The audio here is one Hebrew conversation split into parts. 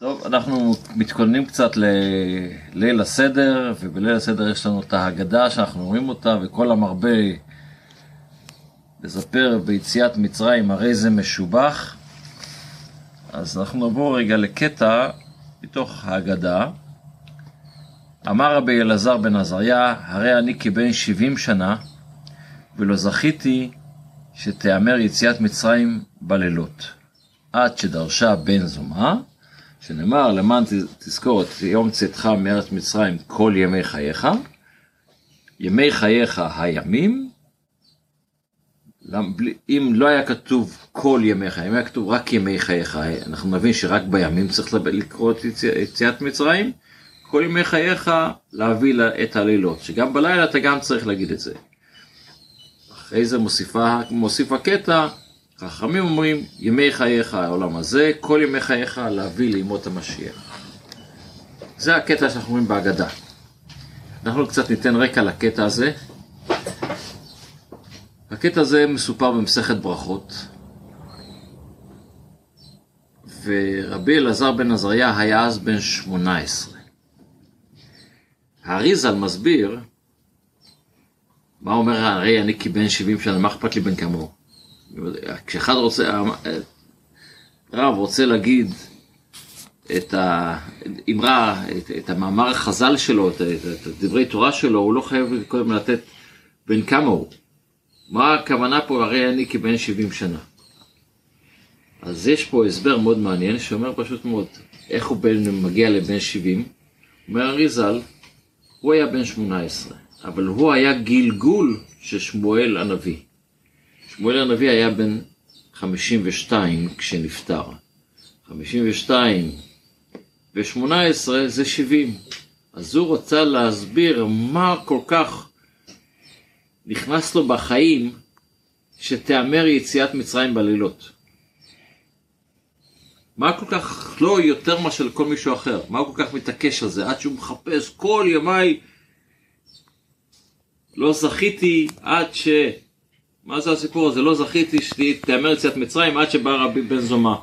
טוב, אנחנו מתכוננים קצת לליל הסדר, ובליל הסדר יש לנו את ההגדה שאנחנו רואים אותה, וכל המרבה לספר ביציאת מצרים הרי זה משובח. אז אנחנו נעבור רגע לקטע מתוך ההגדה. אמר רבי אלעזר בן עזריה, הרי אני כבן 70 שנה, ולא זכיתי שתאמר יציאת מצרים בלילות, עד שדרשה בן זומא, שנאמר למען תזכור את יום צאתך מארץ מצרים כל ימי חייך, ימי חייך הימים, אם לא היה כתוב כל ימי חייך, אם היה כתוב רק ימי חייך, אנחנו מבין שרק בימים צריך לקרוא את יציאת מצרים, כל ימי חייך להביא את הלילות, שגם בלילה אתה גם צריך להגיד את זה. אחרי זה מוסיף הקטע, חכמים אומרים, ימי חייך העולם הזה, כל ימי חייך להביא לימות המשיח. זה הקטע שאנחנו אומרים בהגדה. אנחנו קצת ניתן רקע לקטע הזה. הקטע הזה מסופר במסכת ברכות. ורבי אלעזר בן עזריה היה אז בן 18. האריזל מסביר, מה אומר הרי אני כבן 70 שנה, מה אכפת לי בן כמוהו? כשאחד רוצה, רב רוצה להגיד את האמרה, את המאמר החז"ל שלו, את דברי תורה שלו, הוא לא חייב קודם לתת בן כמה הוא. מה הכוונה פה, הרי אני כבן 70 שנה? אז יש פה הסבר מאוד מעניין, שאומר פשוט מאוד, איך הוא מגיע לבן 70? אומר אריזל, הוא היה בן 18, אבל הוא היה גלגול של שמואל הנביא. שמואל הנביא היה בן 52 כשנפטר. 52 ו-18 זה 70. אז הוא רוצה להסביר מה כל כך נכנס לו בחיים שתאמר יציאת מצרים בלילות. מה כל כך לא יותר מה של כל מישהו אחר? מה הוא כל כך מתעקש על זה? עד שהוא מחפש כל ימיי לא זכיתי עד ש... מה זה הסיפור הזה? לא זכיתי שתאמר יציאת מצרים עד שבא רבי בן זומא.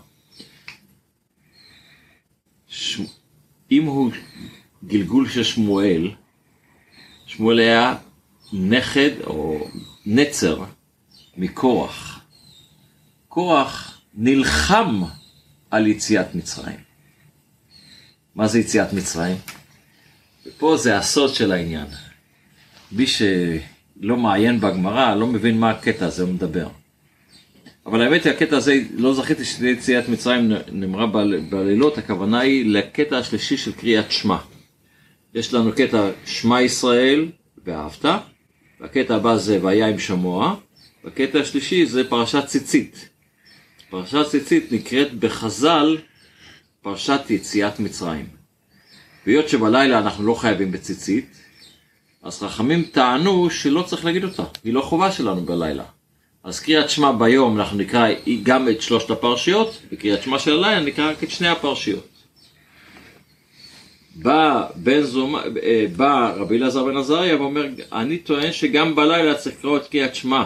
אם הוא גלגול של שמואל, שמואל היה נכד או נצר מקורח. קורח נלחם על יציאת מצרים. מה זה יציאת מצרים? ופה זה הסוד של העניין. מי שלא מעיין בגמרא, לא מבין מה הקטע הזה הוא מדבר. אבל האמת היא, הקטע הזה, לא זכיתי שיציאת מצרים נאמרה בלילות, הכוונה היא לקטע השלישי של קריאת שמע. יש לנו קטע שמע ישראל ואהבת, והקטע הבא זה והיה עם שמוע, והקטע השלישי זה פרשת ציצית. פרשת ציצית נקראת בחז"ל פרשת יציאת מצרים. והיות שבלילה אנחנו לא חייבים בציצית, אז חכמים טענו שלא צריך להגיד אותה, היא לא חובה שלנו בלילה. אז קריאת שמע ביום אנחנו נקרא גם את 3 הפרשיות, וקריאת שמע של הלילה נקרא את 2 הפרשיות. בא רבי אלעזר בן עזריה ואומר, אני טוען שגם בלילה צריך לקרוא את קריאת שמע.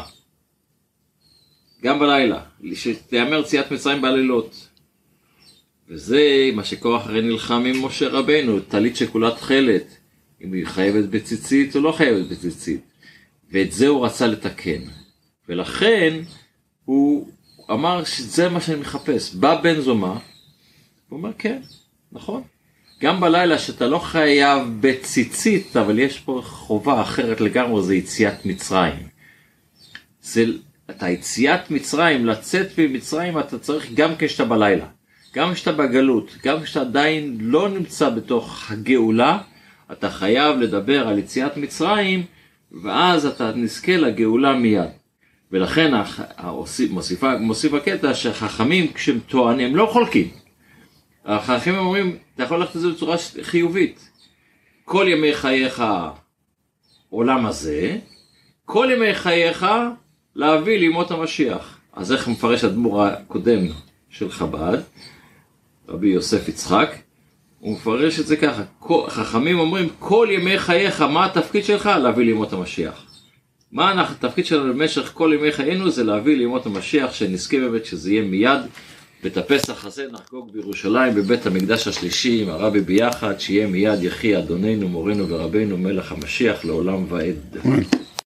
גם בלילה, שתאמר יציאת מצרים בלילות. וזה מה שקורח הרי נלחם עם משה רבנו, טלית שכולה תכלת. אם היא חייבת בציצית או לא חייבת בציצית. ואת זה הוא רצה לתקן. ולכן הוא אמר שזה מה שאני מחפש. בא בן זומא, הוא אומר כן, נכון. גם בלילה שאתה לא חייב בציצית, אבל יש פה חובה אחרת לגמרי, זה יציאת מצרים. את היציאת מצרים, לצאת ממצרים, אתה צריך גם כשאתה בלילה. גם כשאתה בגלות, גם כשאתה עדיין לא נמצא בתוך הגאולה, אתה חייב לדבר על יציאת מצרים, ואז אתה נזכה לגאולה מיד. ולכן מוסיף הקטע שהחכמים כשהם טוענים, הם לא חולקים. החכמים אומרים, אתה יכול ללכת את זה בצורה חיובית. כל ימי חייך עולם הזה, כל ימי חייך להביא לימות המשיח. אז איך מפרש הדמור הקודם של חב"ד, רבי יוסף יצחק, הוא מפרש את זה ככה, חכמים אומרים, כל ימי חייך, מה התפקיד שלך? להביא לימות המשיח. התפקיד שלנו במשך כל ימי חיינו זה להביא לימות המשיח, שנזכה באמת שזה יהיה מיד, ואת הפסח הזה נחגוג בירושלים בבית המקדש השלישי עם הרבי ביחד, שיהיה מיד יחי אדוננו מורנו ורבנו מלך המשיח לעולם ועד.